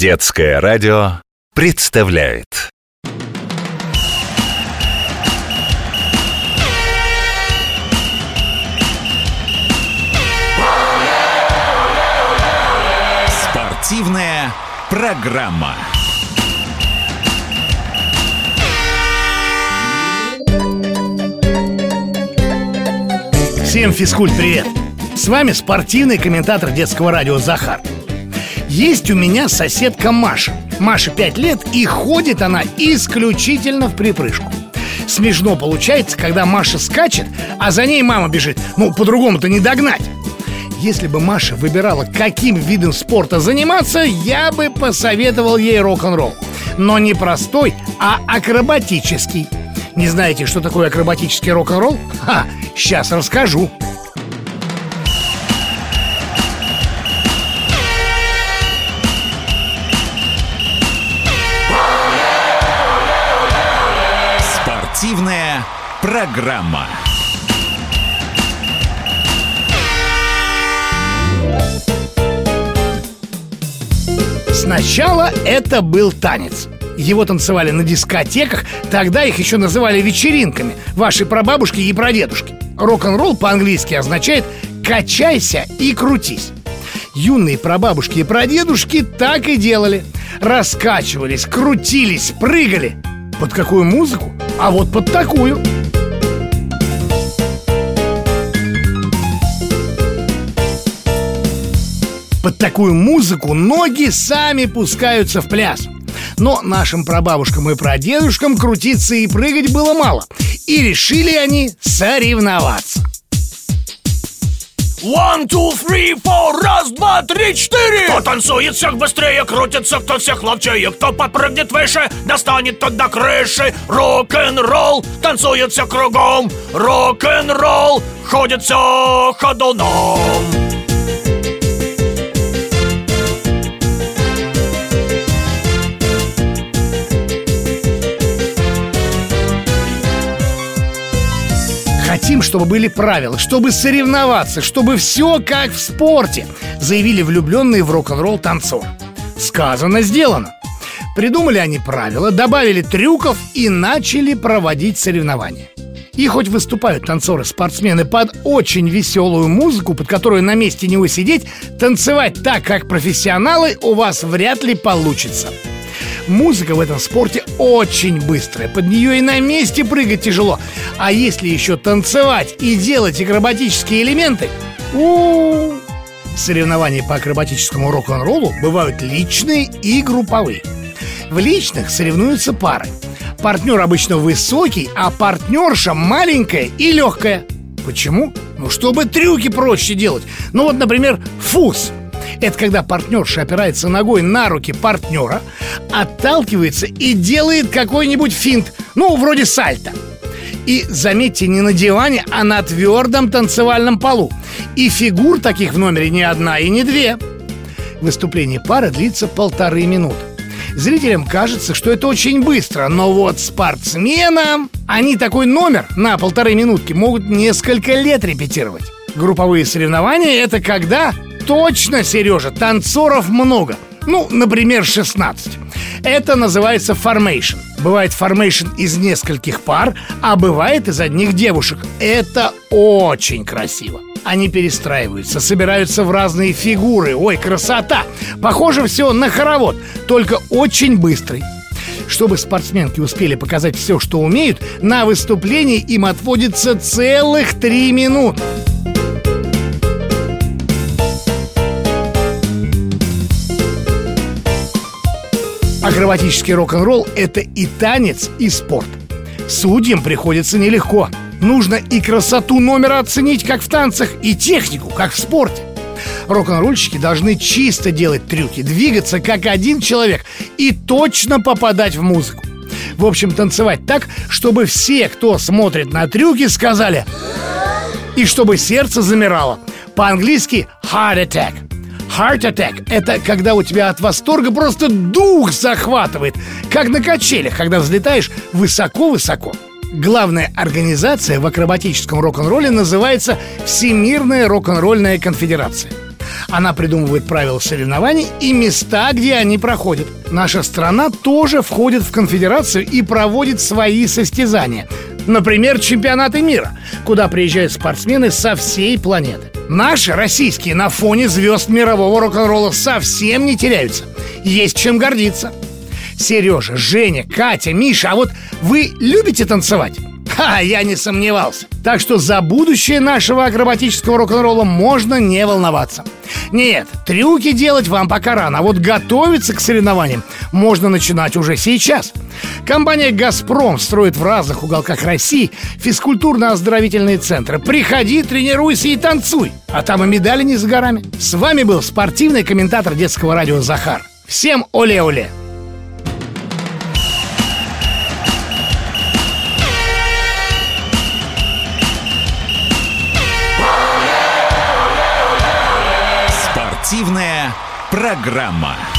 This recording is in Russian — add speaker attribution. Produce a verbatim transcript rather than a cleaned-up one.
Speaker 1: Детское радио представляет спортивная программа.
Speaker 2: Всем физкульт привет! С вами спортивный комментатор детского радио Захар. Есть у меня соседка Маша. Маше пять лет, и ходит она исключительно в припрыжку. Смешно получается, когда Маша скачет, а за ней мама бежит. Ну, по-другому-то не догнать. Если бы Маша выбирала, каким видом спорта заниматься, я бы посоветовал ей рок-н-ролл. Но не простой, а акробатический. Не знаете, что такое акробатический рок-н-ролл? Ха, сейчас расскажу.
Speaker 1: Спортивная программа.
Speaker 2: Сначала это был танец. Его танцевали на дискотеках, тогда их еще называли вечеринками, ваши прабабушки и прадедушки. Рок-н-ролл по-английски означает «качайся и крутись». Юные прабабушки и прадедушки так и делали. Раскачивались, крутились, прыгали. Под какую музыку? А вот под такую. Под такую музыку ноги сами пускаются в пляс. Но нашим прабабушкам и прадедушкам крутиться и прыгать было мало. И решили они соревноваться.
Speaker 3: One, two, three, four, раз, два, три, четыре. Кто танцует всех быстрее, крутится, кто всех ловчее. Кто подпрыгнет выше, достанет тот до крыши. Рок-н-ролл, танцует все кругом. Рок-н-ролл, ходит все ходуном.
Speaker 2: Хотим, чтобы были правила, чтобы соревноваться, чтобы все как в спорте, заявили влюбленные в рок-н-ролл танцоры. Сказано, сделано. Придумали они правила, добавили трюков и начали проводить соревнования. И хоть выступают танцоры-спортсмены под очень веселую музыку, под которую на месте не усидеть, танцевать так, как профессионалы, у вас вряд ли получится. Музыка в этом спорте очень быстрая, под нее и на месте прыгать тяжело. А если еще танцевать и делать акробатические элементы, у-у-у! Соревнования по акробатическому рок-н-роллу бывают личные и групповые. В личных соревнуются пары. Партнер обычно высокий, а партнерша маленькая и легкая. Почему? Ну, чтобы трюки проще делать. Ну вот, например, фуз. Это когда партнерша опирается ногой на руки партнера, отталкивается и делает какой-нибудь финт, ну, вроде сальто. И, заметьте, не на диване, а на твердом танцевальном полу. И фигур таких в номере не одна и не две. Выступление пары длится полторы минуты. Зрителям кажется, что это очень быстро, но вот спортсменам они такой номер на полторы минутки могут несколько лет репетировать. Групповые соревнования — это когда... Точно, Сережа, танцоров много. Ну, например, шестнадцать. Это называется формейшн. Бывает формейшн из нескольких пар, а бывает из одних девушек. Это очень красиво. Они перестраиваются, собираются в разные фигуры. Ой, красота! Похоже все на хоровод, только очень быстрый. Чтобы спортсменки успели показать все, что умеют, на выступлении им отводится целых три минуты. Акробатический рок-н-ролл – это и танец, и спорт. Судьям приходится нелегко. Нужно и красоту номера оценить, как в танцах, и технику, как в спорте. Рок-н-ролльщики должны чисто делать трюки, двигаться как один человек и точно попадать в музыку. В общем, танцевать так, чтобы все, кто смотрит на трюки, сказали, и чтобы сердце замирало. По-английски heart attack. Heart attack – это когда у тебя от восторга просто дух захватывает, как на качелях, когда взлетаешь высоко-высоко. Главная организация в акробатическом рок-н-ролле называется Всемирная рок-н-ролльная конфедерация. Она придумывает правила соревнований и места, где они проходят. Наша страна тоже входит в конфедерацию и проводит свои состязания. Например, чемпионаты мира, куда приезжают спортсмены со всей планеты. Наши, российские, на фоне звезд мирового рок-н-ролла совсем не теряются. Есть чем гордиться. Сережа, Женя, Катя, Миша, а вот вы любите танцевать? Ха, я не сомневался. Так что за будущее нашего акробатического рок-н-ролла можно не волноваться. Нет, трюки делать вам пока рано, а вот готовиться к соревнованиям можно начинать уже сейчас. Компания «Газпром» строит в разных уголках России физкультурно-оздоровительные центры. Приходи, тренируйся и танцуй, а там и медали не за горами. С вами был спортивный комментатор детского радио Захар. Всем оле-оле!
Speaker 1: Спортивная программа.